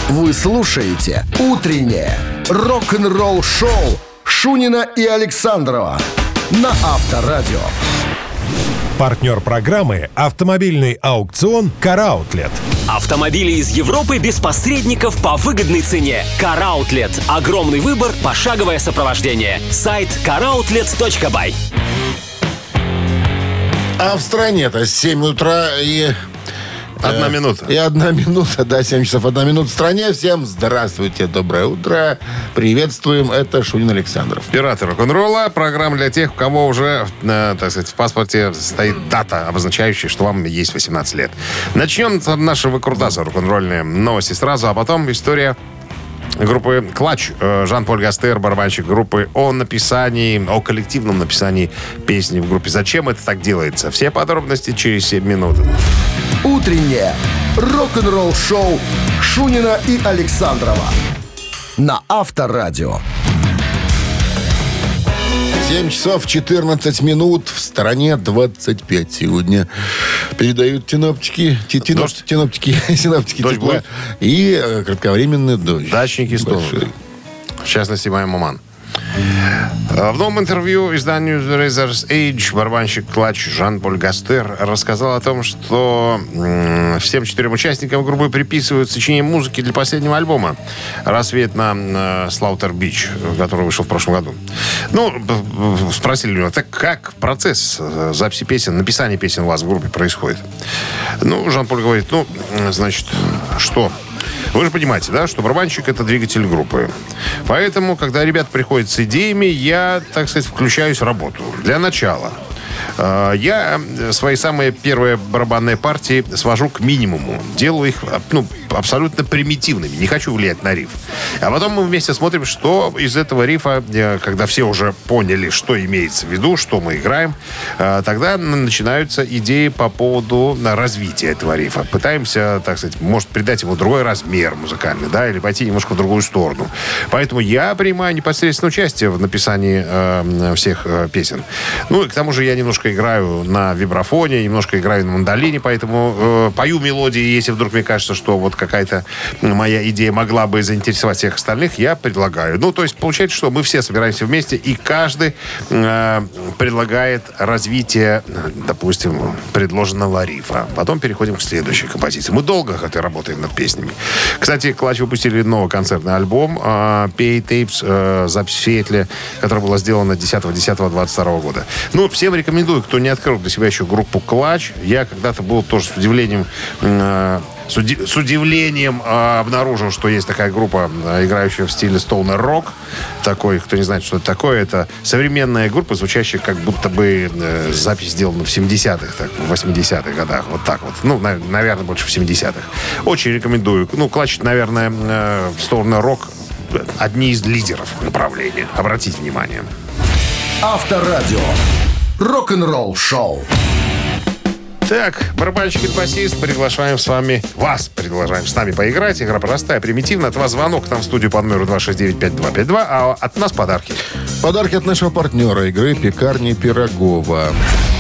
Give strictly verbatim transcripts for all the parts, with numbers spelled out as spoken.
Вы слушаете «Утреннее рок-н-ролл-шоу» Шунина и Александрова на Авторадио. Партнер программы — автомобильный аукцион «Караутлет». Автомобили из Европы без посредников по выгодной цене. «Караутлет». Огромный выбор, пошаговое сопровождение. Сайт караутлет точка бай. А в стране-то семь утра и... Одна минута. И одна минута, да, семь часов, одна минута в стране. Всем здравствуйте, доброе утро. Приветствуем, это Шунин Александров. Пираты рок-н-ролла. Программа для тех, у кого уже, э, так сказать, в паспорте стоит дата, обозначающая, что вам есть восемнадцать лет. Начнем с нашего выкрутаса рок-н-ролльные новости сразу, а потом история группы «Клатч». Жан-Поль Гастер, барабанщик группы, о написании, о коллективном написании песни в группе. Зачем это так делается? Все подробности через семь минут. Утреннее рок-н-ролл-шоу Шунина и Александрова на Авторадио. семь часов четырнадцать минут. В стороне двадцать пять сегодня. Передают синоптики, Дождь? синоптики, синоптики Дождь тепла будет? и э, кратковременный дождь. Дачники стонут. Большой. В частности, моя маман. В новом интервью изданию The Razor's Edge барабанщик «Клатч» Жан-Поль Гастер рассказал о том, что м- всем четырем участникам группы приписывают сочинение музыки для последнего альбома «Рассвет на э, Слаутер-Бич», который вышел в прошлом году. Ну, спросили у него, так как процесс записи песен, написания песен у вас в группе происходит? Ну, Жан-Поль говорит, ну, значит, что... Вы же понимаете, да, что барабанщик — это двигатель группы. Поэтому, когда ребята приходят с идеями, я, так сказать, включаюсь в работу. Для начала я свои самые первые барабанные партии свожу к минимуму. Делаю их, ну, абсолютно примитивными. Не хочу влиять на риф. А потом мы вместе смотрим, что из этого рифа, когда все уже поняли, что имеется в виду, что мы играем, тогда начинаются идеи по поводу развития этого рифа. Пытаемся, так сказать, может, придать ему другой размер музыкальный, да, или пойти немножко в другую сторону. Поэтому я принимаю непосредственно участие в написании э, всех э, песен. Ну, и к тому же я немножко играю на вибрафоне, немножко играю на мандолине, поэтому э, пою мелодии, если вдруг мне кажется, что вот какая-то моя идея могла бы заинтересовать всех остальных, я предлагаю. Ну, то есть, получается, что мы все собираемся вместе, и каждый э, предлагает развитие, допустим, предложенного рифа. Потом переходим к следующей композиции. Мы долго это работаем над песнями. Кстати, Клатч выпустили новый концертный альбом э, Pay Tapes, э, запись в Сиэтле, которая была сделана десятого десятого двадцать второго года. Ну, всем рекомендую, кто не открыл для себя еще группу Клатч. Я когда-то был тоже с удивлением э, С, уди- с удивлением э, обнаружил, что есть такая группа, э, играющая в стиле стоунер-рок. Такой, кто не знает, что это такое, это современная группа, звучащая как будто бы э, запись сделана в семидесятых, так, в восьмидесятых годах. Вот так вот. Ну, на- наверное, больше в семидесятых. Очень рекомендую. Ну, Клатч, наверное, э, стоунер-рок одни из лидеров направления. Обратите внимание. Авторадио. Рок-н-ролл шоу. Так, барабанщик и басист, приглашаем с вами, вас приглашаем с нами поиграть. Игра простая, примитивная. От вас звонок к нам в студию по номеру два шесть девять пять два пять два, а от нас подарки. Подарки от нашего партнера игры «Пекарни Пирогова».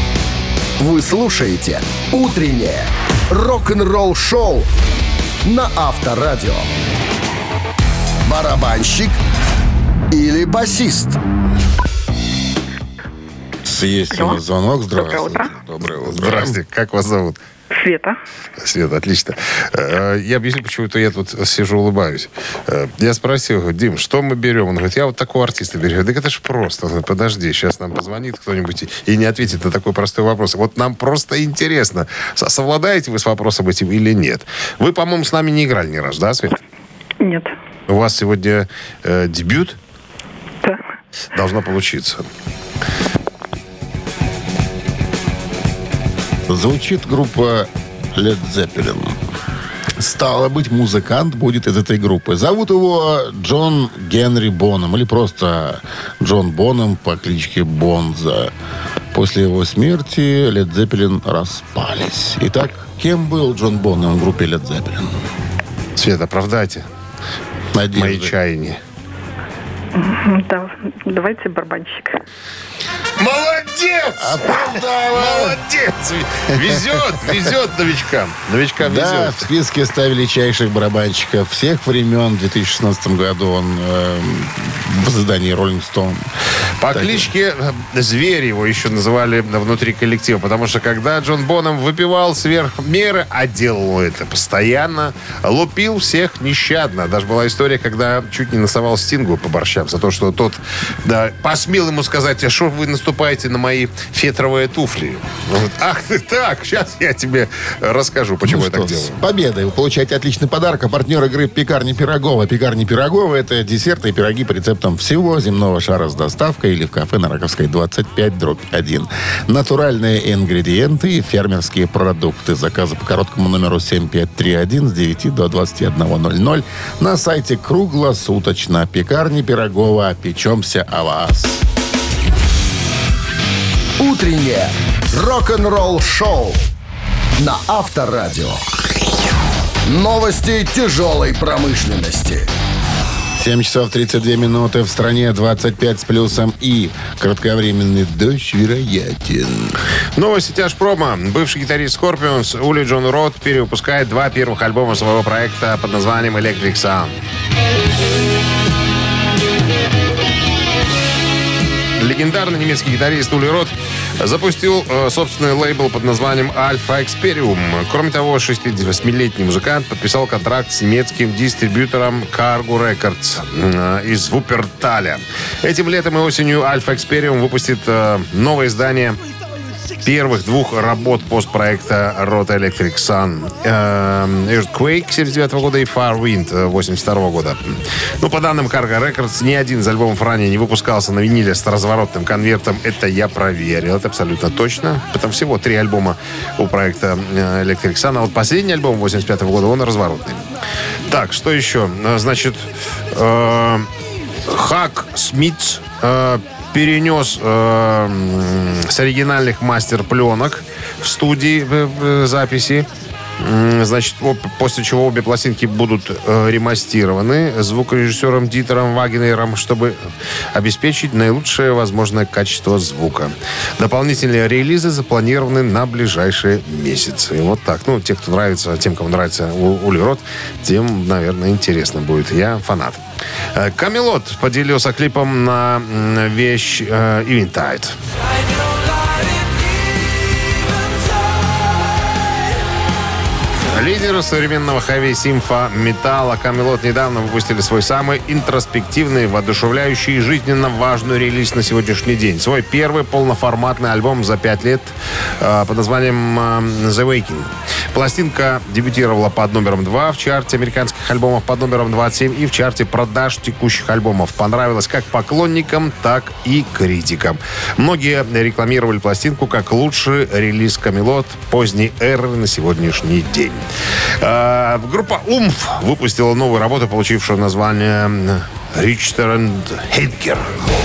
Вы слушаете «Утреннее рок-н-ролл шоу» на Авторадио. Барабанщик или басист? Есть у нас звонок. Здравствуйте. Доброе утро. Здравствуйте, как вас зовут? Света. Света, отлично. Э, Я объясню, почему-то я тут сижу, улыбаюсь. Э, Я спросил, говорю, Дим, что мы берем? Он говорит, я вот такого артиста беру. Так это же просто. Он говорит, подожди, сейчас нам позвонит кто-нибудь и- и не ответит на такой простой вопрос. Вот нам просто интересно, со- совладаете вы с вопросом этим или нет? Вы, по-моему, с нами не играли ни разу, да, Свет? Нет. У вас сегодня э, дебют? Да. Должно получиться. Звучит группа Led Zeppelin. Стало быть, музыкант будет из этой группы. Зовут его Джон Генри Бонем, или просто Джон Бонем по кличке Бонза. После его смерти Led Zeppelin распались. Итак, кем был Джон Бонем в группе Led Zeppelin? Свет, оправдайте Надежда. мои чаяния. Да, давайте барабанщик. Молодец! Молодец! Оправдала. Молодец! Везет, везет новичкам. Новичкам Да, везет. в списке ста величайших барабанщиков всех времен. В две тысячи шестнадцатом году он э, в издании Rolling Stone. По Так. кличке Зверь его еще называли внутри коллектива, потому что когда Джон Бонхэм выпивал сверх меры, а делал это постоянно, лупил всех нещадно. Даже была история, когда чуть не насовал Стингу по борщам за то, что тот да, посмел ему сказать: а что вы наступаете на мои фетровые туфли? Он говорит: ах ты так, сейчас я тебе расскажу, почему Ну я что, так делаю. с победой вы получаете отличный подарок. А партнер игры «Пекарни Пирогова». «Пекарни Пирогова» — это десерты и пироги по рецептам всего земного шара с доставкой или в кафе на Раковской, двадцать пять, дробь один. Натуральные ингредиенты и фермерские продукты. Заказы по короткому номеру семь пять три один с девяти до двадцати одного ноль ноль. На сайте круглосуточно. «Пекарни Пирогова». Печемся о вас. Утреннее рок-н-ролл-шоу на Авторадио. Новости тяжелой промышленности. семь часов тридцать две минуты. В стране двадцать пять с плюсом и кратковременный дождь вероятен. Новости тяжпрома. Бывший гитарист Scorpions Ули Джон Рот перевыпускает два первых альбома своего проекта под названием Electric Sun. Легендарный немецкий гитарист Ули Рот запустил э, собственный лейбл под названием Alpha Experium. Кроме того, шестидесятивосьмилетний музыкант подписал контракт с немецким дистрибьютором Cargo Records э, из Вуперталя. Этим летом и осенью Alpha Experium выпустит э, новое издание первых двух работ постпроекта Rot Electric Sun. Earthquake семьдесят девятого года и Far Wind восемьдесят второго года. Ну, по данным Cargo Records, ни один из альбомов ранее не выпускался на виниле с разворотным конвертом. Это я проверил. Это абсолютно точно. Потом всего три альбома у проекта Electric Sun. А вот последний альбом восемьдесят пятого года, он разворотный. Так, что еще? Значит, э, Хак Смитс э, перенес э, с оригинальных мастер-пленок в студии э, записи. Значит, после чего обе пластинки будут э, ремастированы звукорежиссером Дитером Вагнером, чтобы обеспечить наилучшее возможное качество звука. Дополнительные релизы запланированы на ближайшие месяцы. Вот так. Ну, те, кто нравится, тем, кому нравится Ули Рот, тем, наверное, интересно будет. Я фанат. Камелот поделился клипом на вещь э, Eventide. Лидеры современного хэви-симфа металла Камелот недавно выпустили свой самый интроспективный, воодушевляющий и жизненно важный релиз на сегодняшний день. Свой первый полноформатный альбом за пять лет э, под названием э, The Waking. Пластинка дебютировала под номером два в чарте американских альбомов, под номером двадцать семь и в чарте продаж текущих альбомов. Понравилась как поклонникам, так и критикам. Многие рекламировали пластинку как лучший релиз Камелот поздней эры на сегодняшний день. А, группа «Умф» выпустила новую работу, получившую название «Richter and Hedger».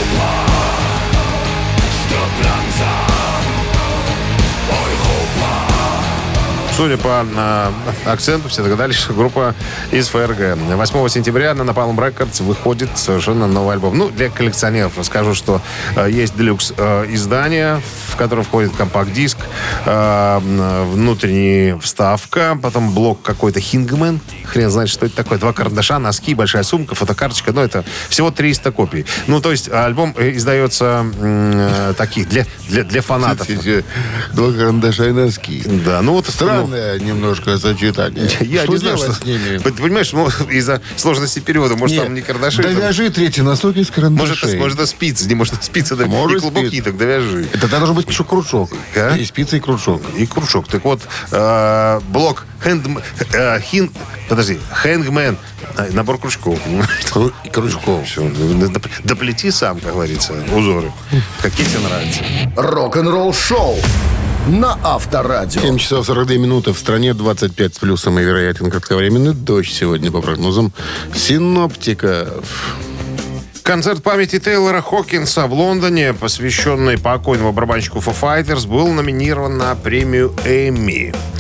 Судя по э, акценту, все догадались, что группа из ФРГ. восьмого сентября на Napalm Records выходит совершенно новый альбом. Ну, для коллекционеров расскажу, что э, есть делюкс э, издание, в котором входит компакт-диск, э, внутренняя вставка, потом блок какой-то Hingman. Хрен знает, что это такое. Два карандаша, носки, большая сумка, фотокарточка. Ну, это всего триста копий. Ну, то есть альбом издается э, таких, для, для, для фанатов. Два карандаша и носки. Да, ну вот Странное немножко сочетание. Я что не знаю, делать что... с ними? Ты понимаешь, ну, из-за сложности перевода, может, Нет, там не карандаши. там- довяжи третий носок из карандашей. Может, это, может, это спицы, не может, это спицы, да, Может, и клубоки, спицы. так довяжи. Это должен быть еще кружок. А? И спица, и кружок. И кружок. Так вот, э, блок хэнд... э, хин... Подожди, хэнгмен. э, Набор кружков. Кру- И кружков. Все, доп- доплети сам, как говорится, узоры. Какие тебе нравятся. Рок-н-ролл-шоу на Авторадио. семь часов сорок две минуты. В стране двадцать пять с плюсом и вероятен кратковременный дождь сегодня по прогнозам синоптиков. Концерт памяти Тейлора Хокинса в Лондоне, посвященный покойному барабанщику Foo Fighters, был номинирован на премию Эмми.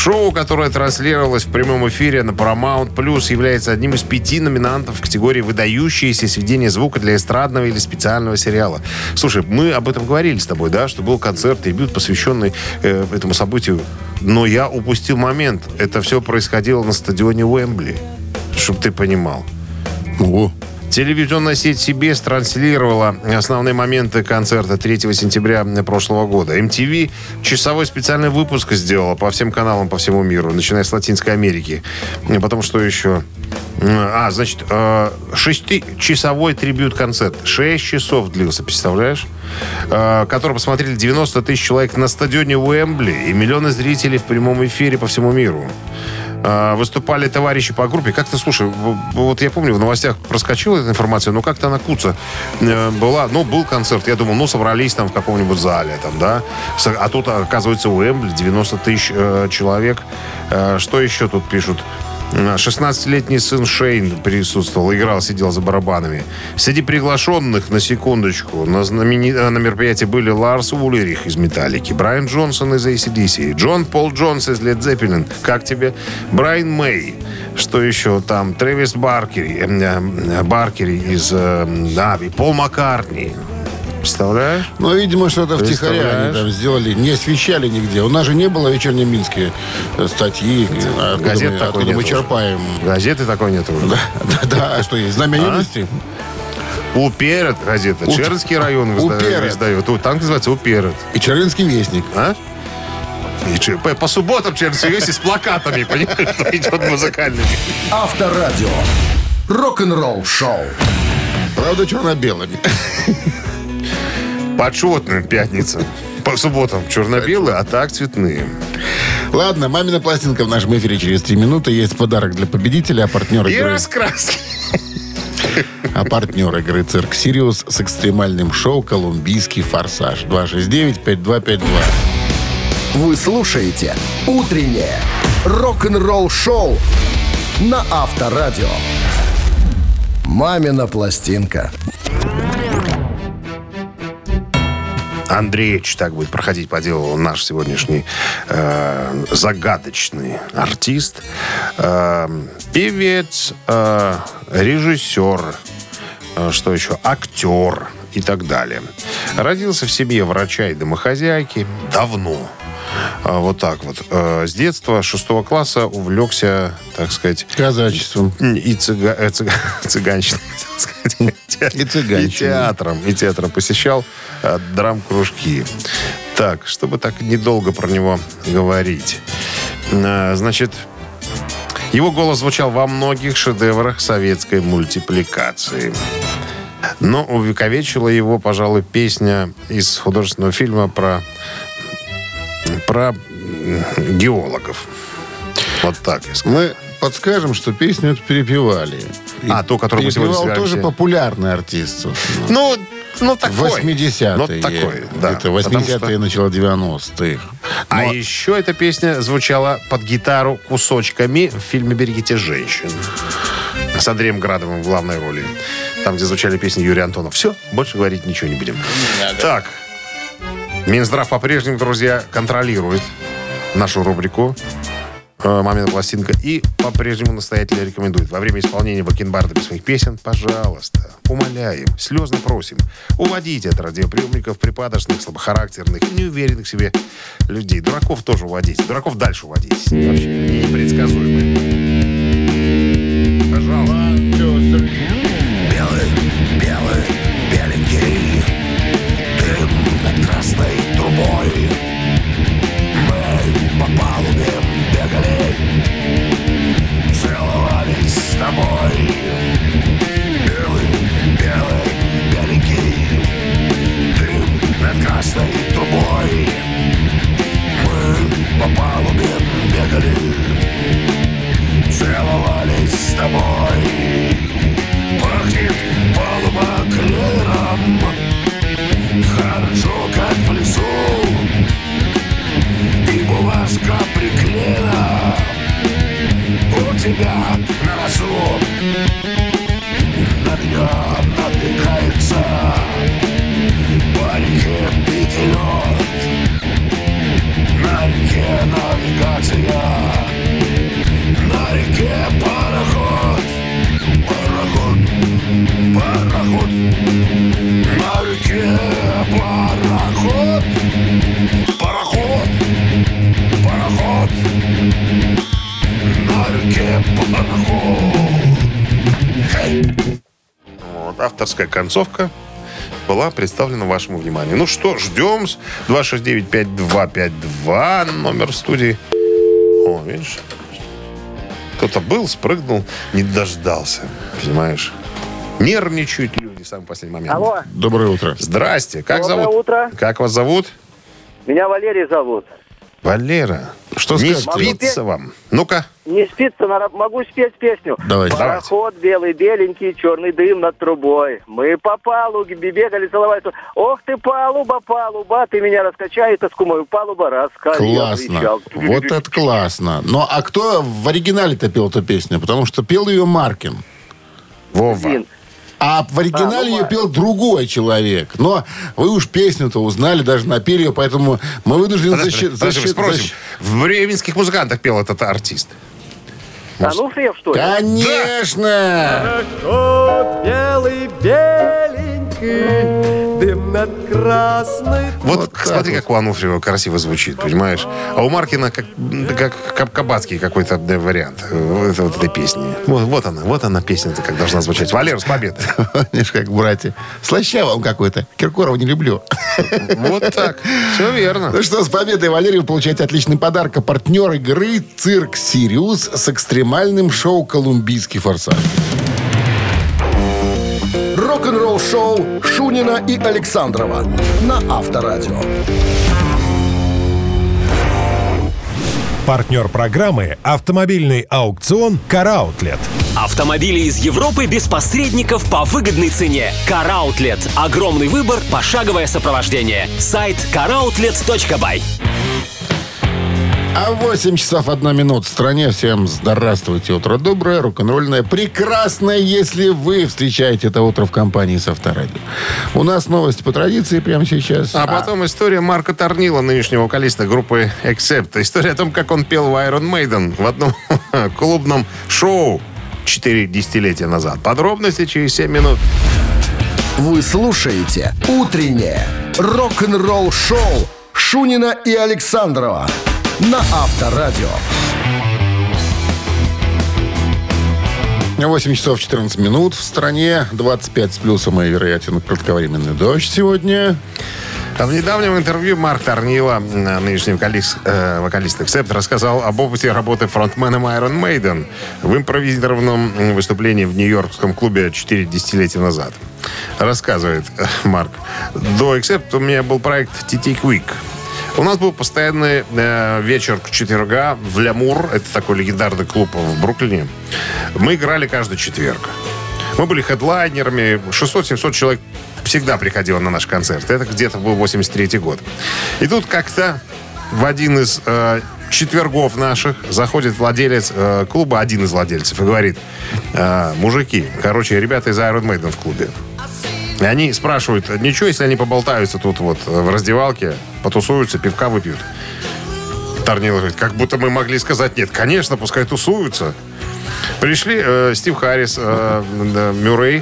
Шоу, которое транслировалось в прямом эфире на Paramount Plus, является одним из пяти номинантов в категории «Выдающиеся сведения звука для эстрадного или специального сериала». Слушай, мы об этом говорили с тобой, да, что был концерт, трибют, посвященный э, этому событию. Но я упустил момент. Это все происходило на стадионе Уэмбли. Чтобы ты понимал. Ого. Телевизионная сеть си би эс транслировала основные моменты концерта третьего сентября прошлого года. эм ти ви часовой специальный выпуск сделала по всем каналам по всему миру, начиная с Латинской Америки. Потом что еще? А, значит, шестичасовой трибют-концерт. Шесть часов длился, представляешь? Который посмотрели девяносто тысяч человек на стадионе Уэмбли и миллионы зрителей в прямом эфире по всему миру. Выступали товарищи по группе. Как-то, слушай, вот я помню, в новостях проскочила эта информация, но как-то она куца была. Ну, был концерт. Я думал, ну, собрались там в каком-нибудь зале, там, да. А тут, оказывается, Уэмбли, девяносто тысяч э, человек. Э, что еще тут пишут? шестнадцатилетний сын Шейн присутствовал, играл, сидел за барабанами. Среди приглашенных, на секундочку, на, знамени... на мероприятии были Ларс Ульрих из «Металлики», Брайан Джонсон из эй си ди си, Джон Пол Джонс из Led Zeppelin. Как тебе? Брайан Мэй. Что еще там? Трэвис Баркери, э, Баркери из Нави, э, Пол Маккартни. Представляешь? Ну, видимо, что-то втихаря они там сделали. Не освещали нигде. У нас же не было в «Вечернем Минске» статьи. Газет мы, такой нет мы уже. черпаем. Газеты такой нет уже. Да, да, да. А что есть? «Знамя юности»? Уперед газета. У... Чернский район Уперед. издает. Там называется «Уперед». И «Чернинский вестник». А? И по, по субботам Чернинский вестник с плакатами, понимаешь, что идет музыкальными. Авторадио. Рок-н-ролл шоу. Правда, черно-белыми. Почетная пятница. По субботам черно-белые, а так цветные. Ладно, «Мамина пластинка» в нашем эфире через три минуты. Есть подарок для победителя, а партнер И игры... раскраски. А партнер игры «Цирк Сириус» с экстремальным шоу «Колумбийский форсаж». два шесть девять пять два пять два. Вы слушаете «Утреннее рок-н-ролл шоу» на Авторадио. «Мамина пластинка». Андреевич, так будет проходить по делу наш сегодняшний э, загадочный артист, э, певец, э, режиссер, э, что еще, актер и так далее. Родился в семье врача и домохозяйки давно. Э, вот так вот. Э, с детства, шестого класса увлекся, так сказать... Казачеством. И цыга, э, цыга, цыганщиной, так сказать. И цыганщиной. И театром. И театром посещал э, драм-кружки. Так, чтобы так недолго про него говорить. Э, значит, его голос звучал во многих шедеврах советской мультипликации. Но увековечила его, пожалуй, песня из художественного фильма про, про геологов. Вот так я скажу. Мы подскажем, что песню эту перепевали. И А, ту, которую мы сегодня перепевал собираемся. тоже популярный артист. Ну, ну такой. восьмидесятые. Ну, такой, да. Это восьмидесятые, Потому что- начало девяностых. А Но- еще эта песня звучала под гитару кусочками в фильме «Берегите женщин» с Андреем Градовым в главной роли. Там, где звучали песни Юрия Антонова. Все, больше говорить ничего не будем. Так, Минздрав по-прежнему, друзья, контролирует нашу рубрику э, «Мамина пластинка» и по-прежнему настоятельно рекомендует во время исполнения бакенбардами своих песен, пожалуйста, умоляем, слезно просим, уводите от радиоприемников припадочных, слабохарактерных и неуверенных в себе людей. Дураков тоже уводите. Дураков дальше уводите. Они вообще непредсказуемые. Пожалуйста. Белый, белый, беленький, дым над красной трубой. Мы по палубе бегали, целовались с тобой. Белый, белый, беленький, дым над красной трубой. Мы по палубе бегали, целовались с тобой. Пахнет палуба клевером, хорошо, как в лесу. И бумажка приклеена у тебя на носу. На меня надвигается по реке битый лед. На реке реке навигация, на реке пароход, пароход, пароход, на реке пароход, пароход, пароход, на реке пароход. Хей! Вот, авторская концовка была представлена вашему вниманию. Ну что, ждем. два шесть девять пять два пять два номер студии. О, видишь? Кто-то был, спрыгнул, не дождался. Понимаешь? Нервничают люди в самый последний момент. Алло. Доброе утро. Здрасте. Как Доброе зовут? утро. Как вас зовут? Меня Валерий зовут. Валера. Что Не скажете? спится вам? Ну-ка. Не спится, на раб- могу спеть песню. Давайте. Пароход белый, беленький, черный дым над трубой. Мы по палубе бегали, целовали. Ох ты, палуба, палуба, ты меня раскачай, тоску мою, палуба, раскали. Я Классно. кричал. Вот это классно. Но а кто в оригинале-то пел эту песню? Потому что пел ее Маркин. Вова. Блин. А в оригинале А, ну, ее ладно. пел другой человек. Но вы уж песню-то узнали, даже напели ее, поэтому мы вынуждены Подожди, защитить... подожди, спросим. В бременских музыкантах пел этот артист. А ну, Фрев, что ли? Конечно! Белый, беленький, дым над красной. Вот, Вот так смотри, вот. как у Ануфриева красиво звучит, понимаешь? А у Маркина как, как, как кабацкий какой-то да, вариант э, это, вот этой песни. Вот, вот она, вот она песня-то, как должна звучать. Валер, с победой. Знаешь, как братья. Слащавый он какой-то. Киркорова не люблю. Вот так. Все верно. Ну что, с победой, Валерий, вы получаете отличный подарок. А партнер игры «Цирк Сириус» с экстремальным шоу «Колумбийский форсаж». Рок-н-ролл-шоу Шунина и Александрова на Авторадио. Партнер программы «Автомобильный аукцион «Караутлет». Автомобили из Европы без посредников по выгодной цене. Караутлет. Огромный выбор, пошаговое сопровождение. Сайт караутлет точка бай. А восемь часов одна минута в стране. Всем здравствуйте. Утро доброе, рок-н-ролльное, прекрасное, если вы встречаете это утро в компании с Авторадио. У нас новости по традиции прямо сейчас. А потом история Марка Торнила, нынешнего вокалиста группы Accept. История о том, как он пел в Iron Maiden в одном клубном шоу четыре десятилетия назад. Подробности через семь минут. Вы слушаете «Утреннее рок-н-ролл-шоу» Шунина и Александрова на Авторадио. восемь часов четырнадцать минут в стране. двадцать пять с плюсом и вероятен кратковременный дождь сегодня. А в недавнем интервью Марк Торнила, нынешний вокалист, э, вокалист Accept, рассказал об опыте работы фронтменом Iron Maiden в импровизированном выступлении в нью-йоркском клубе четыре десятилетия назад. Рассказывает э, Марк. До Accept у меня был проект ти ти Quick. У нас был постоянный э, вечер четверга в Лямур. Это такой легендарный клуб в Бруклине. Мы играли каждый четверг. Мы были хедлайнерами. шестьсот-семьсот человек всегда приходило на наш концерт. Это где-то был восемьдесят третий год. И тут как-то в один из э, четвергов наших заходит владелец э, клуба, один из владельцев, и говорит: э, мужики, короче, ребята из Iron Maiden в клубе. И они спрашивают: ничего, если они поболтаются тут вот в раздевалке, потусуются, пивка выпьют? Торнило говорит: как будто мы могли сказать нет. Конечно, пускай тусуются. Пришли э, Стив Харрис, э, э, Мюррей.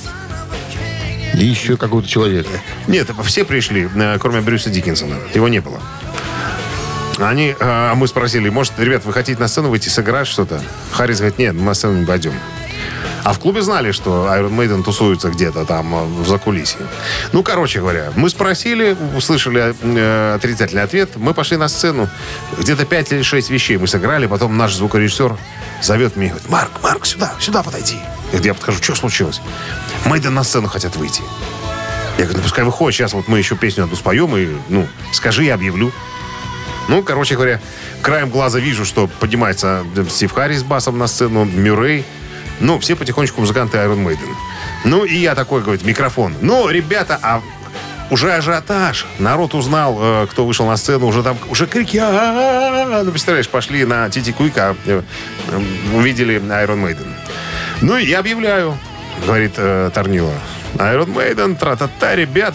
И еще какой-то человек. Нет, все пришли, э, кроме Брюса Диккенсона. Его не было. Они, э, мы спросили: может, ребят, вы хотите на сцену выйти, сыграть что-то? Харрис говорит: нет, мы на сцену не пойдем. А в клубе знали, что Iron Maiden тусуются где-то там в закулисье. Ну, короче говоря, мы спросили, услышали э, отрицательный ответ. Мы пошли на сцену. Где-то пять или шесть вещей мы сыграли. Потом наш звукорежиссер зовет меня и говорит: Марк, Марк, сюда, сюда подойди. Я, я подхожу: что случилось? Maiden на сцену хотят выйти. Я говорю: ну, пускай выходит. Сейчас вот мы еще песню одну споем и, ну, скажи, я объявлю. Ну, короче говоря, краем глаза вижу, что поднимается Стив Харрис с басом на сцену, Мюррей. Ну, все потихонечку музыканты Iron Maiden. Ну, и я такой, говорит, микрофон. Ну, ребята, а уже ажиотаж. Народ узнал, э, кто вышел на сцену. Уже там, уже крики. А-а-а! Ну, представляешь, пошли на ти ти Quick, а, э, э, увидели Iron Maiden. Ну, и я объявляю, говорит э, Торнило. Iron Maiden, тра-та-та, ребята.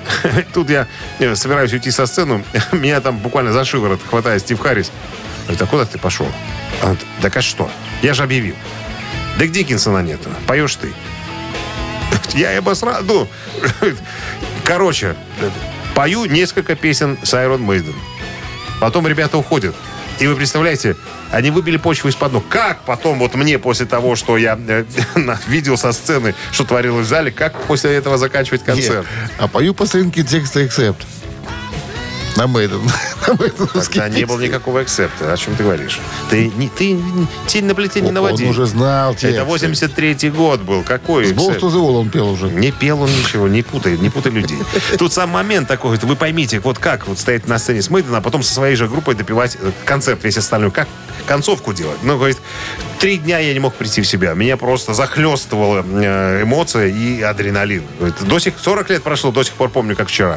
Тут я э, собираюсь уйти со сцены, меня там буквально за шиворот хватает Стив Харрис. Говорит, а куда ты пошел? Он говорит, так а что? Я же объявил. Дик Диккенсона нету. Поешь ты. Я и обосрал. Ну, короче, пою несколько песен с Iron Maiden. Потом ребята уходят. И вы представляете, они выбили почву из-под ног. Как потом, вот мне после того, что я э, видел со сцены, что творилось в зале, как после этого заканчивать концерт? Нет. А пою по старинке текста «Accept». На Мейден. Тогда не было никакого эксепта. О чем ты говоришь? Ты, не, ты не, тень на плите не наводи. Он уже знал текст. Это восемьдесят третий год был. Какой С Balls to the Wall он пел уже. Не пел он ничего, не путай, не путай людей. Тут сам момент такой, вы поймите, вот как вот стоять на сцене с Мейденом, а потом со своей же группой допивать концерт весь остальной. Как концовку делать? Ну, говорит, три дня я не мог прийти в себя. Меня просто захлестывала эмоция и адреналин. Говорит, до сих сорок лет прошло, до сих пор помню, как вчера.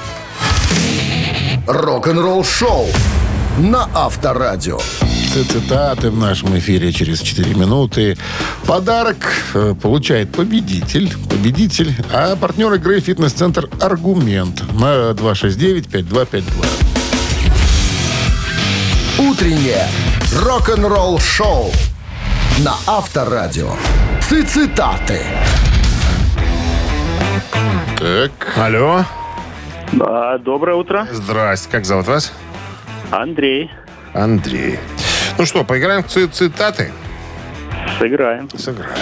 Рок-н-ролл шоу на Авторадио. Цитаты в нашем эфире через четыре минуты. Подарок э, получает победитель. Победитель. А партнер игры «Фитнес-центр Аргумент» на два шесть девять пять два пять два. Утреннее рок-н-ролл шоу на Авторадио. Цитаты. Так. Алло. Да, доброе утро. Здрасте. Как зовут вас? Андрей. Андрей. Ну что, поиграем в ци- цитаты? Сыграем. Сыграем.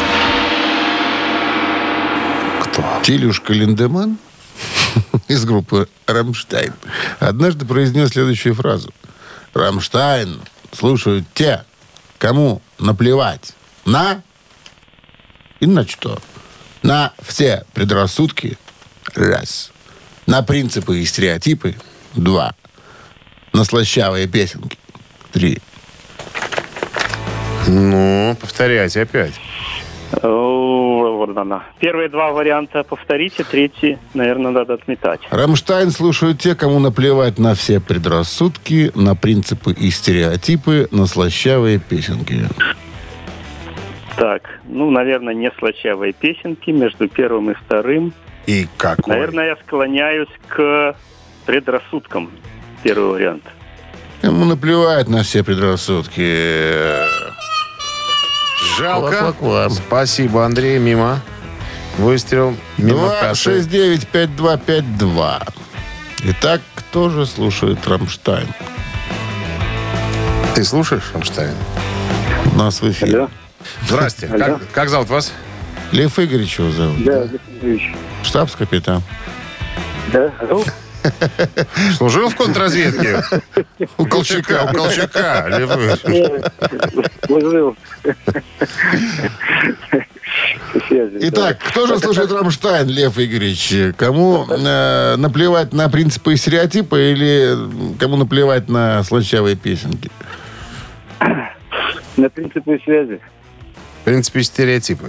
Кто? Тилюшка Линдеман из группы «Рамштайн» однажды произнес следующую фразу. «Рамштайн слушают те, кому наплевать на...» И на что? На все предрассудки. Раз. На принципы и стереотипы. Два. На слащавые песенки. Три. Ну, повторяйте опять. Первые два варианта повторите, третий, наверное, надо отметать. Рамштайн слушают те, кому наплевать на все предрассудки, на принципы и стереотипы, на слащавые песенки. Так, ну, наверное, не слащавые песенки между первым и вторым. И какой? Наверное, я склоняюсь к предрассудкам. Первый вариант. Ему наплевать на все предрассудки. Жалко. Ква-ква-ква. Спасибо, Андрей. Мимо. Выстрел. Мимо два кассы. шесть девять пять два пять два. Итак, кто же слушает Рамштайн? Ты слушаешь, Рамштайн? У нас в эфире. Алло. Здрасте. Алло. Как, как зовут вас? Лев Игоревич его зовут. Да, Александрович. Штабс-капитан. Да, алло. Служил в контрразведке? У Колчака, у Колчака. Лев Игоревич. Служил. Итак, кто же слушает Рамштайн, Лев Игоревич? Кому э, наплевать на принципы и стереотипы или кому наплевать на слащавые песенки? На принципы связи. В принципе, стереотипы.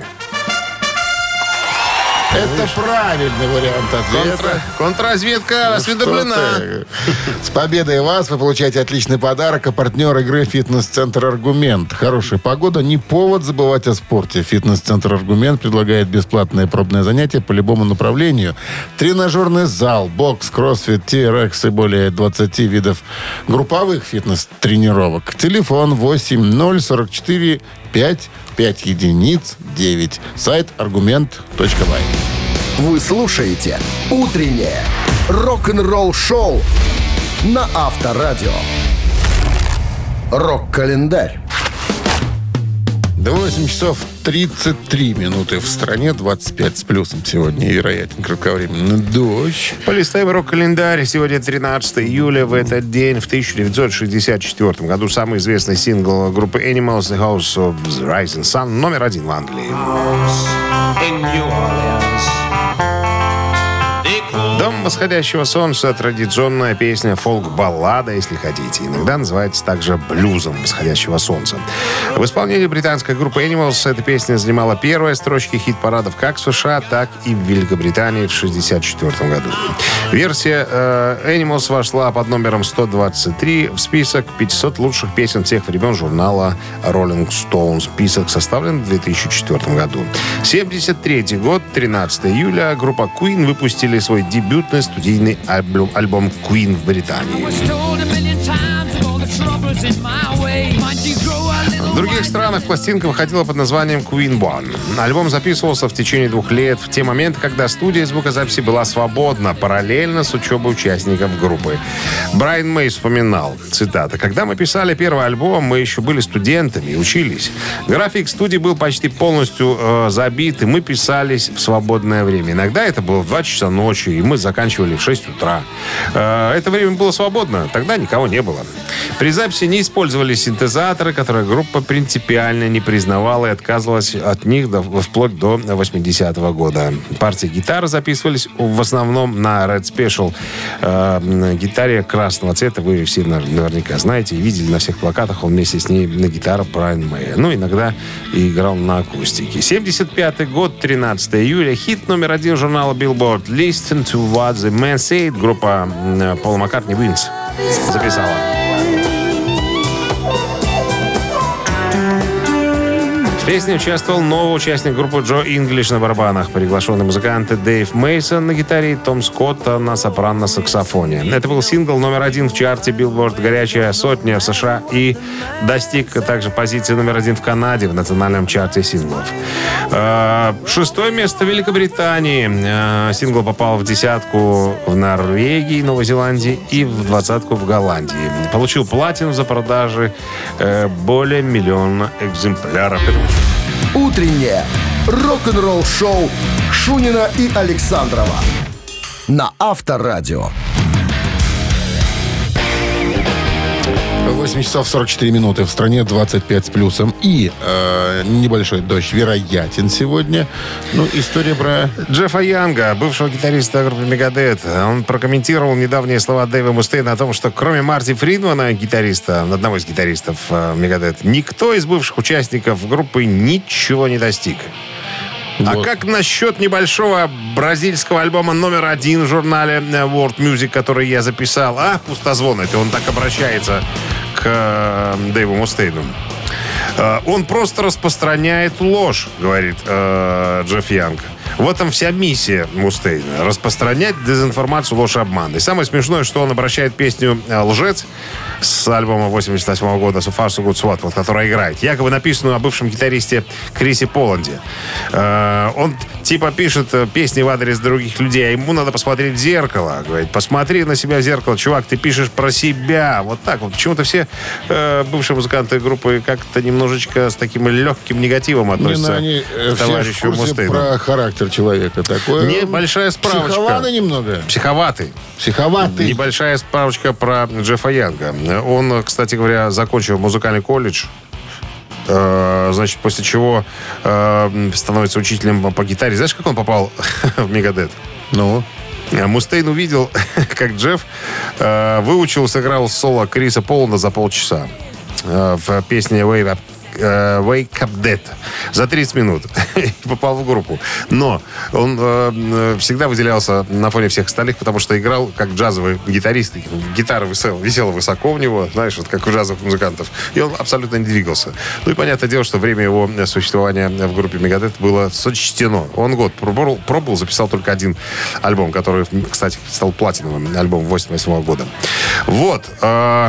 Это правильный вариант ответа. Контра... Контрразведка осведомлена. Что-то. С победой вас вы получаете отличный подарок. А партнер игры «Фитнес-центр Аргумент». Хорошая погода не повод забывать о спорте. «Фитнес-центр Аргумент» предлагает бесплатное пробное занятие по любому направлению. Тренажерный зал, бокс, кроссфит, ти эр экс и более двадцати видов групповых фитнес-тренировок. Телефон восемь ноль сорок четыре пять пять единиц девять. Сайт аргумент точка бай. Вы слушаете «Утреннее рок-н-ролл-шоу» на Авторадио. Рок-календарь. восемь часов тридцать три минуты в стране, двадцать пять с плюсом сегодня. И вероятен кратковременный дождь. Полистаем рок-календарь. Сегодня тринадцатого июля. В этот день, в тысяча девятьсот шестьдесят четвёртом году, самый известный сингл группы Animals, The House of the Rising Sun, номер один в Англии. «Дом восходящего солнца» — традиционная песня, фолк-баллада, если хотите. Иногда называется также блюзом восходящего солнца. В исполнении британской группы Animals эта песня занимала первые строчки хит-парадов как в США, так и в Великобритании в шестьдесят четвёртом году. Версия э, Animals вошла под номером сто двадцать три в список пятисот лучших песен всех времен журнала Rolling Stone. Список составлен в две тысячи четвёртом году. семьдесят третий год, тринадцатого июля, группа Queen выпустили свой дебют дебютный студийный альбом, альбом Queen в Британии. В других странах пластинка выходила под названием Queen One. Альбом записывался в течение двух лет, в те моменты, когда студия звукозаписи была свободна, параллельно с учебой участников группы. Брайан Мэй вспоминал, цитата, «Когда мы писали первый альбом, мы еще были студентами и учились. График студии был почти полностью э, забит, и мы писались в свободное время. Иногда это было в два часа ночи, и мы заканчивали в шесть утра. Э, это время было свободно, тогда никого не было. При записи не использовались синтезаторы, которые группа принципиально не признавала и отказывалась от них до, вплоть до восьмидесятого года. Партии гитары записывались в основном на Red Special э, гитаре красного цвета. Вы все наверняка знаете и видели на всех плакатах. Он вместе с ней на гитару Брайан Мэя. Ну, иногда и играл на акустике. семьдесят пятый год, тринадцатого июля. Хит номер один журнала Billboard. Listen to what the man said. Группа Пола Маккартни Wings записала. В песне участвовал новый участник группы Джо Инглиш на барабанах, приглашенные музыканты Дэйв Мейсон на гитаре и Том Скотт на сопрано-саксофоне. Это был сингл номер один в чарте Billboard «Горячая сотня» в США и достиг также позиции номер один в Канаде в национальном чарте синглов. Шестое место в Великобритании. Сингл попал в десятку в Норвегии, Новой Зеландии и в двадцатку в Голландии. Получил платину за продажи более миллиона экземпляров. Утреннее рок-н-ролл-шоу Шунина и Александрова на Авторадио. восемь часов сорок четыре минуты. В стране двадцать пять с плюсом. И э, небольшой дождь вероятен сегодня. Ну, история про... Джеффа Янга, бывшего гитариста группы Megadeth. Он прокомментировал недавние слова Дэйва Мустейна о том, что кроме Марти Фридмана, гитариста, одного из гитаристов Megadeth, никто из бывших участников группы ничего не достиг. Вот. А как насчет небольшого бразильского альбома номер один в журнале World Music, который я записал? А, пустозвон, это он так обращается к э, Дэйву Мустейну. Э, он просто распространяет ложь, говорит э, Джефф Янг. В этом вся миссия Мустейна. Распространять дезинформацию, ложь, обман. И самое смешное, что он обращает песню «Лжец» с альбома восемьдесят восьмого года «So Far So Good So What», вот, которая играет, якобы написанную о бывшем гитаристе Крисе Поланде. Э, он типа пишет песни в адрес других людей, а ему надо посмотреть в зеркало. Говорит, посмотри на себя в зеркало, чувак, ты пишешь про себя. Вот так вот. Почему-то все э, бывшие музыканты группы как-то немножечко с таким легким негативом относятся Не, ну, они, к товарищу Мустейну. Про характер человека такой. Небольшая справочка. Психоватый немного. Психоватый. Психоватый. Небольшая справочка про Джеффа Янга. Он, кстати говоря, закончил музыкальный колледж. Значит, после чего э, становится учителем по гитаре. Знаешь, как он попал в Megadeth? Ну? Мустейн увидел, как Джефф э, выучил, сыграл соло Криса Поланда за полчаса э, в песне «Wake Up». Wake Up Dead за тридцать минут и попал в группу. Но он э, всегда выделялся на фоне всех остальных, потому что играл как джазовый гитарист. Гитара висела, висела высоко у него, знаешь, вот как у джазовых музыкантов. И он абсолютно не двигался. Ну и понятное дело, что время его существования в группе Megadeth было сочтено. Он год пробовал, пробовал, записал только один альбом, который, кстати, стал платиновым альбомом восемьдесят восьмого года. Вот. Э,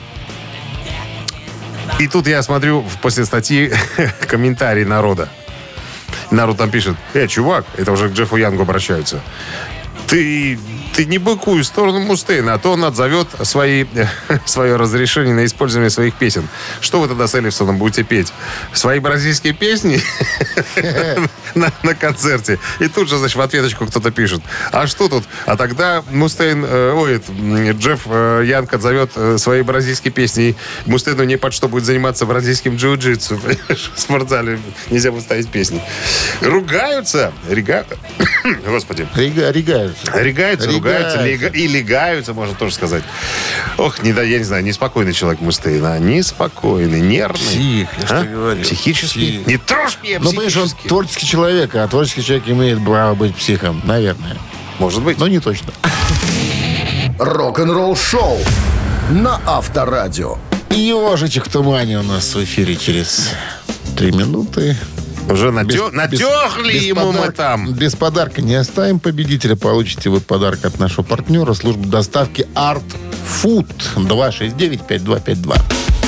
И тут я смотрю после статьи комментарии народа. Народ там пишет: «Эй, чувак», это уже к Джеффу Янгу обращаются, ты, ты не быкуй в сторону Мустейна, а то он отзовет свои, свое разрешение на использование своих песен. Что вы тогда с Эллифсоном будете петь? Свои бразильские песни на, на концерте. И тут же, значит, в ответочку кто-то пишет: а что тут? А тогда Мустейн, э, ой, Джефф э, Янг отзовет э, свои бразильские песни. И Мустейну не под что будет заниматься бразильским джиу-джитсу. В спортзале нельзя будет ставить песни. Ругаются. Рига... Господи. Рига, ригаются. Ригаются, ругаются. Лига... И легаются, можно тоже сказать. Ох, не, да, я не знаю, неспокойный человек Мустейн. А? Неспокойный, нервный. Псих, я что а? говорю. Психический. Псих. Не трожь меня, ну, понимаешь, он творческий человек, а творческий человек имеет право быть психом. Наверное. Может быть. Но не точно. Рок-н-ролл шоу на Авторадио. «Ежик в тумане» у нас в эфире через три минуты. Уже натё... Без- натёхли без ему мы подарка- там. Без подарка не оставим победителя. Получите вы подарок от нашего партнера, службы доставки Art Food. два шесть девять пять два пять два.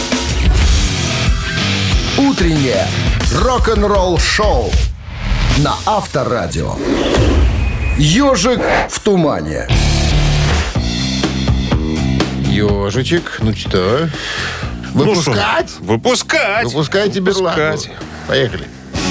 Утреннее рок-н-ролл-шоу на Авторадио. «Ежик в тумане». Ежичек, ну что? Выпускать? Ну что? Выпускать. Выпускайте бедлагу. Выпускать. Поехали.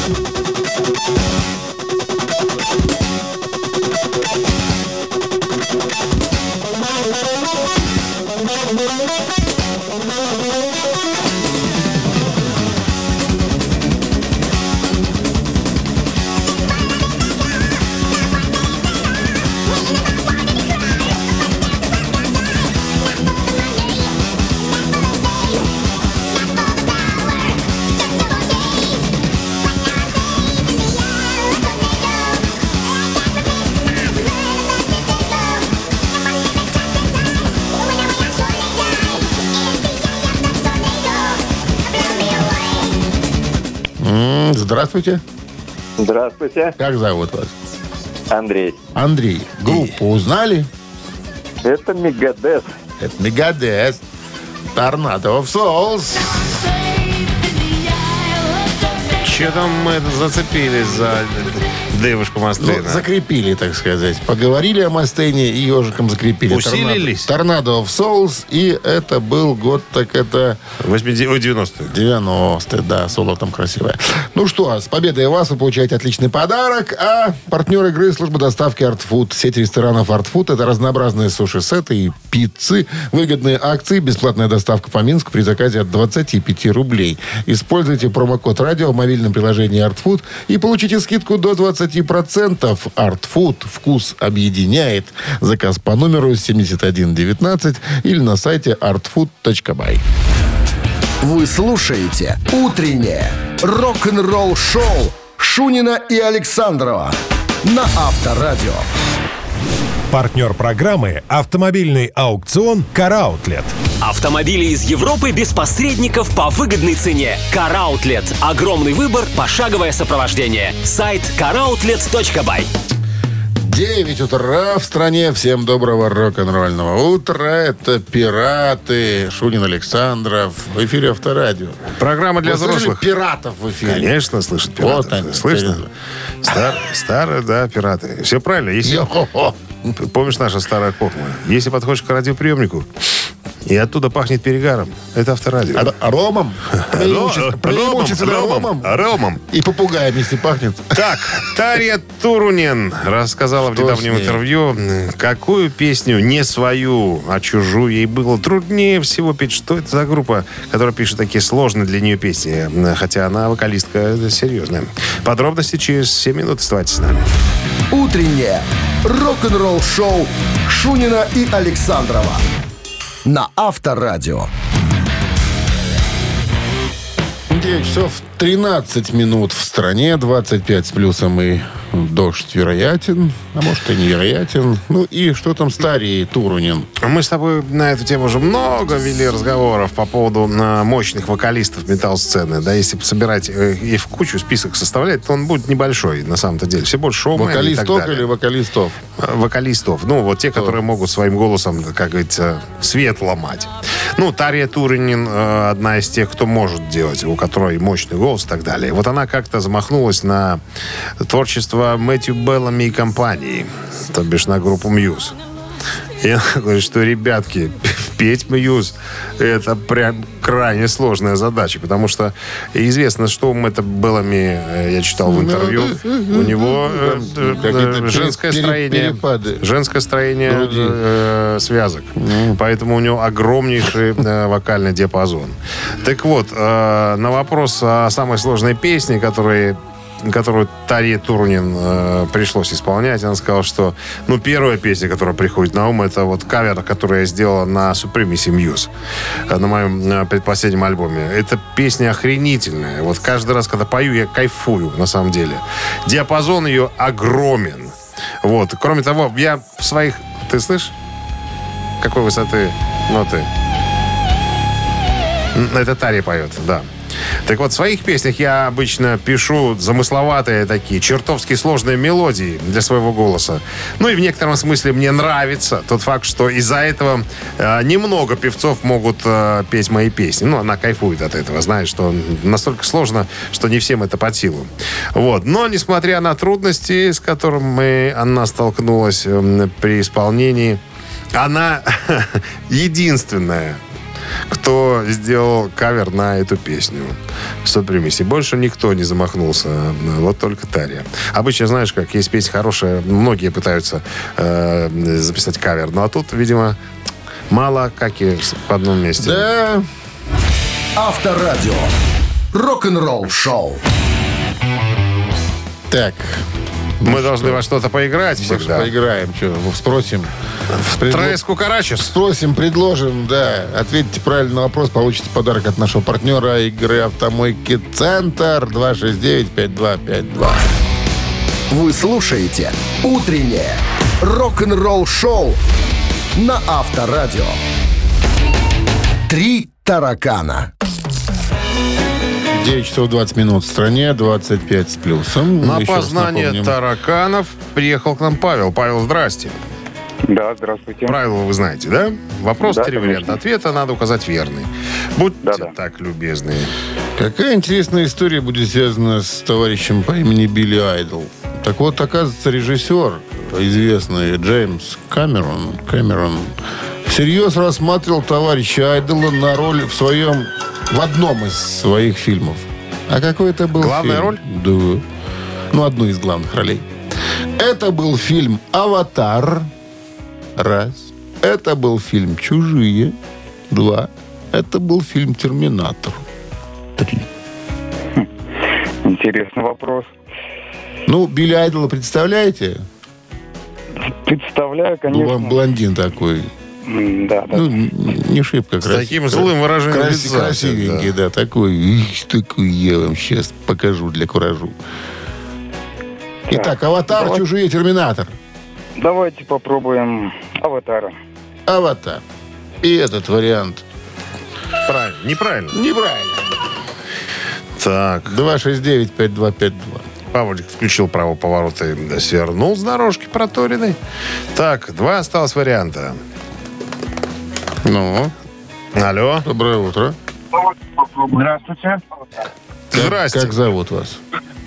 М, Здравствуйте. Здравствуйте, Как зовут вас? Андрей. Андрей. Группу узнали? Это Мегадес. Это Мегадес. Tornado of Souls. Че там мы это зацепились за девушку Ну, Мастейна? закрепили, так сказать. Поговорили о Мастейне и ежиком закрепили. Усилились? Tornado of Souls. И это был год, так это восьмидесятые, ой, девяностые. девяностые. Да, соло там красивое. Ну что, с победой вас вы получаете отличный подарок. А партнер игры — служба доставки Art Food. Сеть ресторанов Art Food — это разнообразные суши-сеты и пиццы. Выгодные акции, бесплатная доставка по Минску при заказе от двадцати пяти рублей. Используйте промокод радио в мобильном приложении Art Food и получите скидку до двадцати процентов. Art Food. Вкус объединяет. Заказ по номеру семьдесят один девятнадцать или на сайте артфуд точка бай. Вы слушаете «Утреннее рок-н-ролл-шоу» Шунина и Александрова на Авторадио. Партнер программы – автомобильный аукцион «Караутлет». Автомобили из Европы без посредников по выгодной цене. Караутлет. Огромный выбор, пошаговое сопровождение. Сайт караутлет точка бай. девять утра в стране. Всем доброго рок-н-ролльного утра. Это «Пираты». Шунин, Александров. В эфире Авторадио. Программа для Вы слышали взрослых. «Пиратов» в эфире? Конечно, слышат пиратов. Вот они. Слышно? Стар- старые, да, пираты. Все правильно. Если, Йо-хо-хо. помнишь наша старая кохма? Если подходишь к радиоприемнику, и оттуда пахнет перегаром, это Авторадио. А- а ромом? Преимущественно- Ро- Преимущественно ромом, ромом. ромом. И попугаем, если пахнет. Так, Тарья Турунен рассказала в Что недавнем с ней? интервью, какую песню, не свою, а чужую, ей было труднее всего петь. Что это за группа, которая пишет такие сложные для нее песни? Хотя она вокалистка серьезная. Подробности через семь минут. Оставайтесь с нами. Утреннее рок-н-ролл-шоу Шунина и Александрова на Авторадио. девять часов тринадцать минут в стране, двадцать пять с плюсом, и дождь вероятен, а может и невероятен. Ну и что там с Тарьей Турунен? Мы с тобой на эту тему уже много вели разговоров по поводу э, мощных вокалистов металл-сцены. Да, если собирать э, и в кучу список составлять, то он будет небольшой на самом-то деле. Все больше шоумены и так Вокалисток далее. или вокалистов? Э, Вокалистов. Ну, вот те, которые могут своим голосом, как говорится, свет ломать. Ну, Тарья Турунен э, одна из тех, кто может делать, у которой мощный голос и так далее. Вот она как-то замахнулась на творчество Мэтью Беллами и компании, то бишь на группу Мьюз. И она говорит, что, ребятки, петь Мьюз — это прям крайне сложная задача, потому что известно, что у Мэтта Беллами, я читал в интервью, у него э, э, Какие-то женское пере- строение, перепады. женское строение Груди. э, связок. Поэтому у него огромнейший э, вокальный диапазон. Так вот, э, на вопрос о самой сложной песне, которая которую Тарье Турунен э, пришлось исполнять, она сказала, что ну, первая песня, которая приходит на ум, это вот кавер, который я сделала на Supremacy Muse, э, на моем э, предпоследнем альбоме. Эта песня охренительная. Вот каждый раз, когда пою, я кайфую, на самом деле. Диапазон ее огромен. Вот. Кроме того, я в своих... Ты слышишь? Какой высоты ноты? Это Тарья поет, да. Так вот, в своих песнях я обычно пишу замысловатые такие, чертовски сложные мелодии для своего голоса. Ну и в некотором смысле мне нравится тот факт, что из-за этого э, немного певцов могут э, петь мои песни. Ну, она кайфует от этого, знает, что настолько сложно, что не всем это под силу. Вот. Но, несмотря на трудности, с которыми она столкнулась э, при исполнении, она единственная, кто сделал кавер на эту песню. сто примесей. Больше никто не замахнулся. Вот только Тарья. Обычно, знаешь, как есть песня хорошая, многие пытаются э, записать кавер. Ну, а тут, видимо, мало как и в одном месте. Да. Авторадио. Рок-н-ролл шоу. Так. Мы ну должны что? во что-то поиграть Мы всегда. поиграем. Что, спросим. Предло... Трес Кукарачес. Спросим, предложим, да. Ответьте правильно на вопрос, получите подарок от нашего партнера игры «Автомойки Центр». два шесть девять пять два пять два. Вы слушаете «Утреннее рок-н-ролл-шоу» на Авторадио. Три таракана. девять часов двадцать минут в стране, двадцать пять с плюсом. На Еще раз познание напомним. тараканов приехал к нам Павел. Павел, здрасте. Да, здравствуйте. Правила вы знаете, да? Вопрос, Да, три варианта ответа, надо указать верный. Будьте Да-да. так любезны. Какая интересная история будет связана с товарищем по имени Билли Айдл. Так вот, оказывается, режиссер, известный Джеймс Кэмерон, Кэмерон всерьез рассматривал товарища Айдла на роль в своем, в одном из своих фильмов. А какой это был Главная фильм? роль? Да. Ну, одну из главных ролей. Это был фильм «Аватар». Раз. Это был фильм «Чужие». Два. Это был фильм «Терминатор». Три. Интересный вопрос. Ну, Билли Айдла представляете? Представляю, Ну, конечно. вам блондин такой. М, Да, да. Ну, не шибко С таким злым выражением Краси- лица. Красивенький, да. такой. Их, такой я вам сейчас покажу для куражу. Итак, «Аватар», давай. «Чужие», «Терминатор». Давайте попробуем «Аватара». «Аватар». И этот вариант Правильно. Неправильно. неправильно. Так. два шесть девять пять два пять два. Павлик включил право поворота и свернул с дорожки проторенной. Так, два осталось варианта. Ну, Алло. доброе утро. Здравствуйте. Как- Здрасте. Как зовут вас?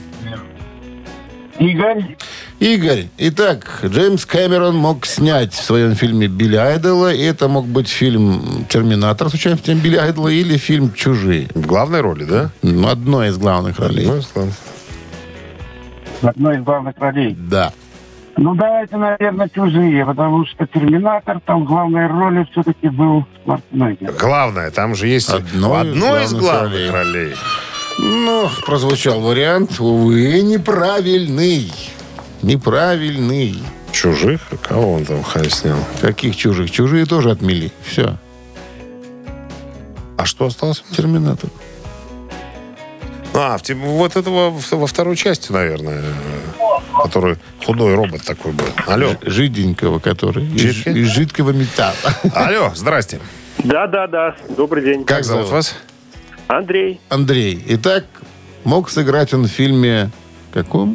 Игорь. Игорь. Итак, Джеймс Кэмерон мог снять в своем фильме Билли Айдла, и это мог быть фильм «Терминатор» с участием Билли Айдла или фильм «Чужие». В главной роли, да? Ну, одной из главных ролей. Ну, слава. Одной из главных ролей. Да. Ну, давайте, наверное, «Чужие», потому что «Терминатор», там в главной роли все-таки был Шварценеггер. Главное, там же есть Одной в одной из из главных главных ролей. Ну, прозвучал вариант, увы, неправильный. Неправильный. Чужих? Кого он там хай снял? Каких чужих? Чужие тоже отмели. Все. А что осталось? Терминатор. А, в, типа, вот этого в- во второй части, наверное, э, который худой робот такой был. Алло. Жиденького, который. Из, Жидкий? из жидкого металла. Алло, здрасте. Да, да, да. Добрый день. Как зовут зовут? вас? Андрей. Андрей. Итак, мог сыграть он в фильме каком?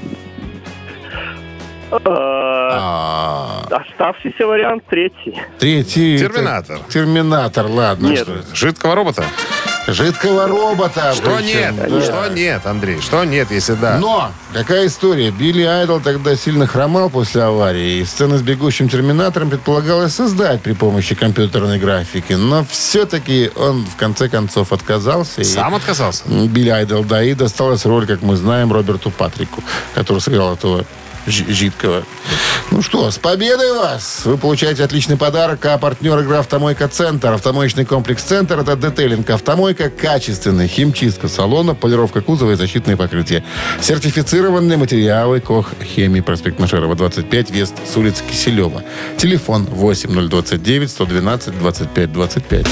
Э, А, Оставшийся вариант третий. Третий. Терминатор. это- Терминатор, ладно. Нет. Что? Жидкого робота? Жидкого робота. Что причем, нет? да. Что нет, Андрей? Что нет, если да? Но какая история? Билли Айдл тогда сильно хромал после аварии, и сцену с бегущим терминатором предполагалось создать при помощи компьютерной графики. Но все-таки он в конце концов отказался. Сам отказался? И Билли Айдл, да, и досталась роль, как мы знаем, Роберту Патрику, который сыграл этого жи- жидкого. Ну что, с победой вас! Вы получаете отличный подарок, а партнер игры «Автомойка Центр». Автомоечный комплекс «Центр» — это детейлинг «Автомойка», качественный, химчистка салона, полировка кузова и защитные покрытия. Сертифицированные материалы «Кох Хемии», проспект Машерова, двадцать пять, въезд с улицы Киселева. Телефон восемь ноль двадцать девять сто двенадцать двадцать пять двадцать пять.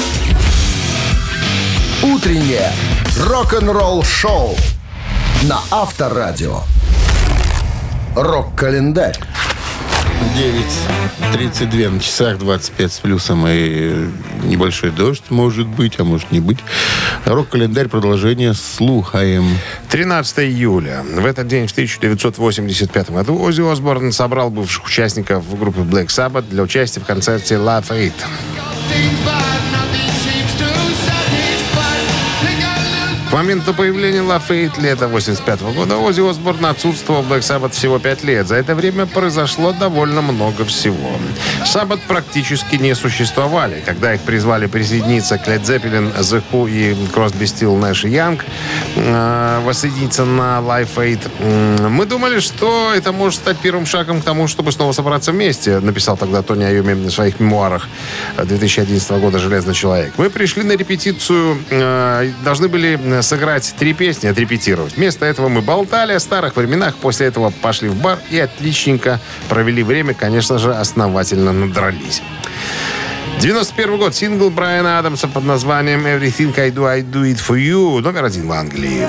Утреннее рок-н-ролл-шоу на Авторадио. Рок-календарь. девять тридцать два на часах, двадцать пять с плюсом, и небольшой дождь может быть, а может не быть. Рок-календарь, продолжение слухаем. тринадцатого июля. В этот день, в тысяча девятьсот восемьдесят пятом году, Оззи Осборн собрал бывших участников группы Black Sabbath для участия в концерте Live Aid. К моменту появления Live Aid лета восемьдесят пятого года Оззи Осборн отсутствовал в Black Sabbath всего пять лет. За это время произошло довольно много всего. Sabbath практически не существовали. Когда их призвали присоединиться к Led Zeppelin, The Who и Crosby, Still, Nash и Young, э, воссоединиться на Live Aid, э, мы думали, что это может стать первым шагом к тому, чтобы снова собраться вместе, написал тогда Тони Айоми в своих мемуарах две тысячи одиннадцатого года «Железный человек». Мы пришли на репетицию, э, должны были сыграть три песни, отрепетировать. Вместо этого мы болтали о старых временах, после этого пошли в бар и отличненько провели время, конечно же, основательно надрались. девяносто первый год. Сингл Брайана Адамса под названием «Everything I Do, I Do It For You», номер один в Англии.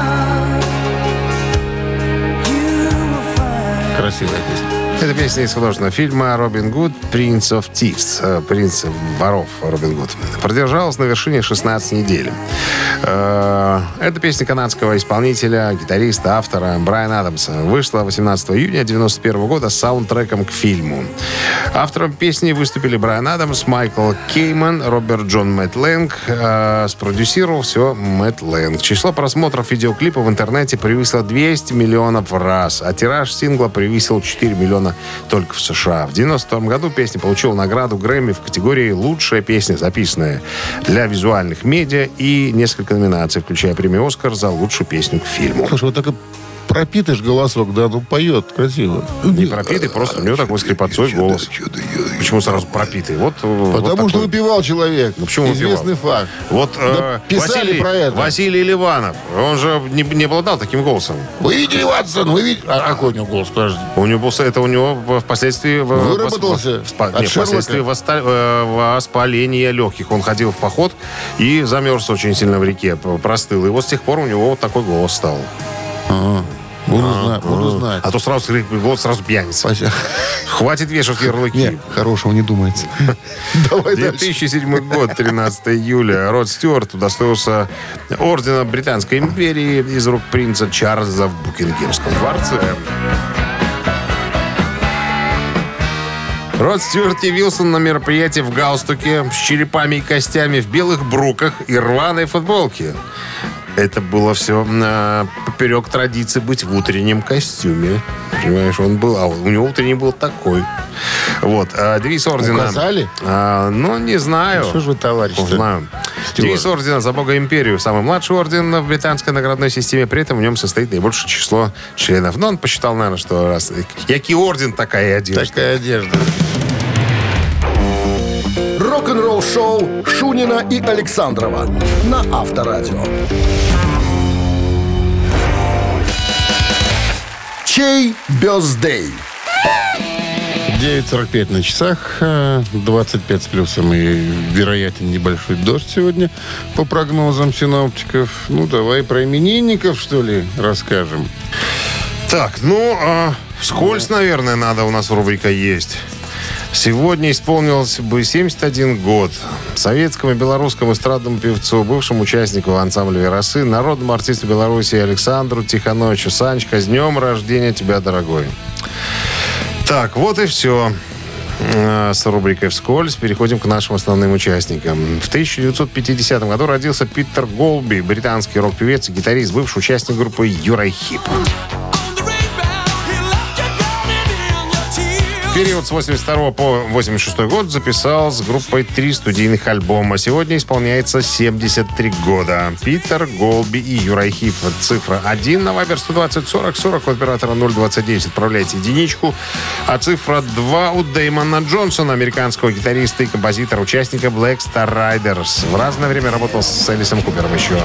Красивая песня. Это песня из художественного фильма «Робин Гуд. Prince of Thieves». «Принц воров» Робин Гуд. Продержалась на вершине шестнадцать недель. Это песня канадского исполнителя, гитариста, автора Брайана Адамса. Вышла восемнадцатого июня девяносто первого года с саундтреком к фильму. Автором песни выступили Брайан Адамс, Майкл Кейман, Роберт Джон Мэтт Лэнг. Спродюсировал все Мэтт Лэнг. Число просмотров видеоклипа в интернете превысило двести миллионов раз, а тираж сингла превысил четыре миллиона только в США. В девяносто втором году песня получила награду Грэмми в категории «Лучшая песня, записанная для визуальных медиа» и несколько номинаций, включая премию «Оскар» за лучшую песню к фильму. Слушай, вот так и пропитый голосок, да, ну поет красиво. Не пропитый, просто у него такой скрипотцой голос. Почему сразу пропитый? Вот, Потому вот что выпивал человек. Ну, почему известный выпивал? факт. Вот да, э, Василий, про это. Василий Ливанов, он же не, не обладал таким голосом. Вы видели, Ватсон? Вы видели? А какой у него голос, подожди? У него был, это у него впоследствии... Выработался в, в, от нет, впоследствии восста, э, воспаления легких. Он ходил в поход и замерз очень сильно в реке, простыл. И вот с тех пор у него вот такой голос стал. Ага. Буду, а, знать, буду знать. А то сразу голос сразу пьяница. Спасибо. Хватит вешать ярлыки. Нет, хорошего не думается. Давай две тысячи седьмой год, тринадцатого июля. Род Стюарт удостоился ордена Британской империи из рук принца Чарльза в Букингемском дворце. Род Стюарт явился на мероприятие в галстуке с черепами и костями, в белых бруках и рваной футболке. Это было все э, поперек традиции быть в утреннем костюме. Понимаешь, он был, а у него утренний был такой. Вот. А девиз ордена... Указали? А, ну, не знаю. Ну, что же вы, товарищ? Знаю. Девиз ордена «За Бога империю». Самый младший орден в британской наградной системе. При этом в нем состоит наибольшее число членов. Но он посчитал, наверное, что раз... Який орден, такая и одежда. Такая одежда. Рок-н-ролл-шоу Шунина и Александрова на Авторадио. Чей бёздей? девять сорок пять на часах, двадцать пять с плюсом, и вероятен небольшой дождь сегодня по прогнозам синоптиков. Ну, давай про именинников, что ли, расскажем. Так, ну, а, вскользь, наверное, надо, у нас рубрика есть. Сегодня исполнился бы семьдесят один год советскому и белорусскому эстрадному певцу, бывшему участнику ансамбля «Веросы», народному артисту Беларуси Александру Тихановичу. Санечка, с днем рождения тебя, дорогой. Так, вот и все с рубрикой «Вскользь». Переходим к нашим основным участникам. В тысяча девятьсот пятидесятом году родился Питер Голби, британский рок-певец и гитарист, бывший участник группы Юрай Хип. В период с восемьдесят второго по восемьдесят шестой год записал с группой три студийных альбома. Сегодня исполняется семьдесят три года. Питер Голби и Юрай Хип. Цифра один на Вайбер сто двадцать сорок сорок, у оператора ноль двадцать девять. Отправляйте единичку. А цифра два у Дэймона Джонсона, американского гитариста и композитора, участника Black Star Riders. В разное время работал с Элисом Купером еще.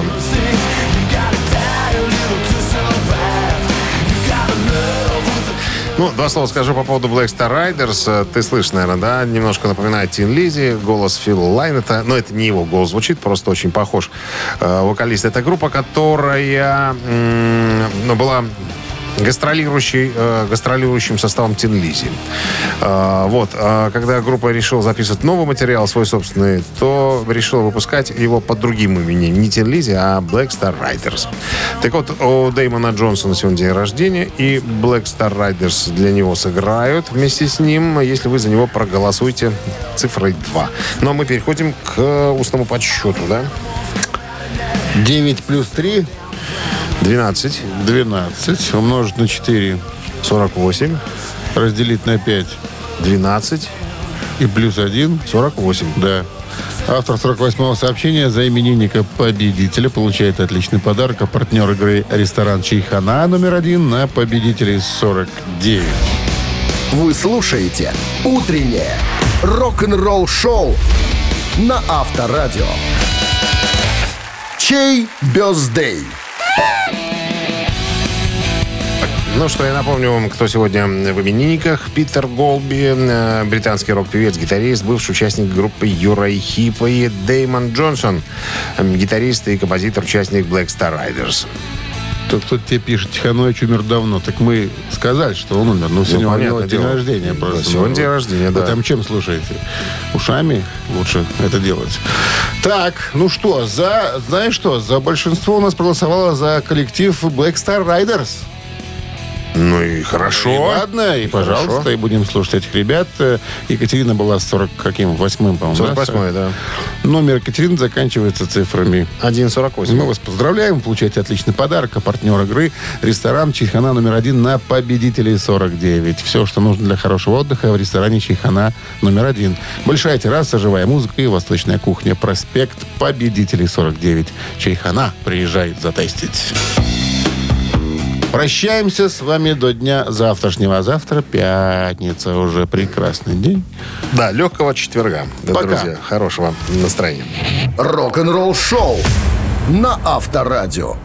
Ну, два слова скажу по поводу Black Star Riders. Ты слышишь, наверное, да? Немножко напоминает Тин Лизи, голос Фила Лайнета. Но это не его голос звучит, просто очень похож. Вокалист. Это группа, которая м- ну, была гастролирующий, э, гастролирующим составом Тин Лиззи. Э, вот, э, когда группа решила записывать новый материал, свой собственный, то решила выпускать его под другим именем. Не Тин Лиззи, а Black Star Riders. Так вот, у Дэймона Джонсона сегодня день рождения, и Black Star Riders для него сыграют вместе с ним, если вы за него проголосуете цифрой два. Ну, а мы переходим к устному подсчету, да? девять плюс три. двенадцать. двенадцать. Умножить на четыре. сорок восемь. Разделить на пять. двенадцать. И плюс один. сорок восемь. Да. Автор сорок восьмого сообщения за именинника победителя получает отличный подарок. А партнер игры ресторан «Чайхана» номер один на победителей сорок девять. Вы слушаете «Утреннее рок-н-ролл-шоу» на Авторадио. Чей бёздей? Ну что, я напомню вам, кто сегодня в именинниках. Питер Голби, британский рок-певец, гитарист, бывший участник группы Юра и Хипа, и Дэймон Джонсон, гитарист и композитор, участник Black Star Riders. Тут кто-то тебе пишет, Тиханович умер давно. Так мы сказали, что он умер. Но сегодня ну, у него день дело. рождения. Просто. Да, сегодня день рождения, да. Вы там чем слушаете? Ушами лучше это делать. Так, ну что, за, знаешь что, за большинство у нас проголосовало за коллектив Black Star Riders. Ну и хорошо. И ладно, и пожалуйста, хорошо. И будем слушать этих ребят. Екатерина была с сорок каким? Восьмым, по-моему. сорок восьмой, да. Номер Екатерины заканчивается цифрами один сорок восемь. Мы вас поздравляем, получаете отличный подарок. А партнер игры ресторан «Чайхана» номер один на победителей сорок девять. Все, что нужно для хорошего отдыха в ресторане «Чайхана» номер один. Большая терраса, живая музыка и восточная кухня. Проспект Победителей сорок девять. «Чайхана». Приезжай затестить. Прощаемся с вами до дня завтрашнего. А завтра пятница. Уже прекрасный день. Да, легкого четверга. Да, Пока. друзья, хорошего настроения. Рок-н-ролл шоу на Авторадио.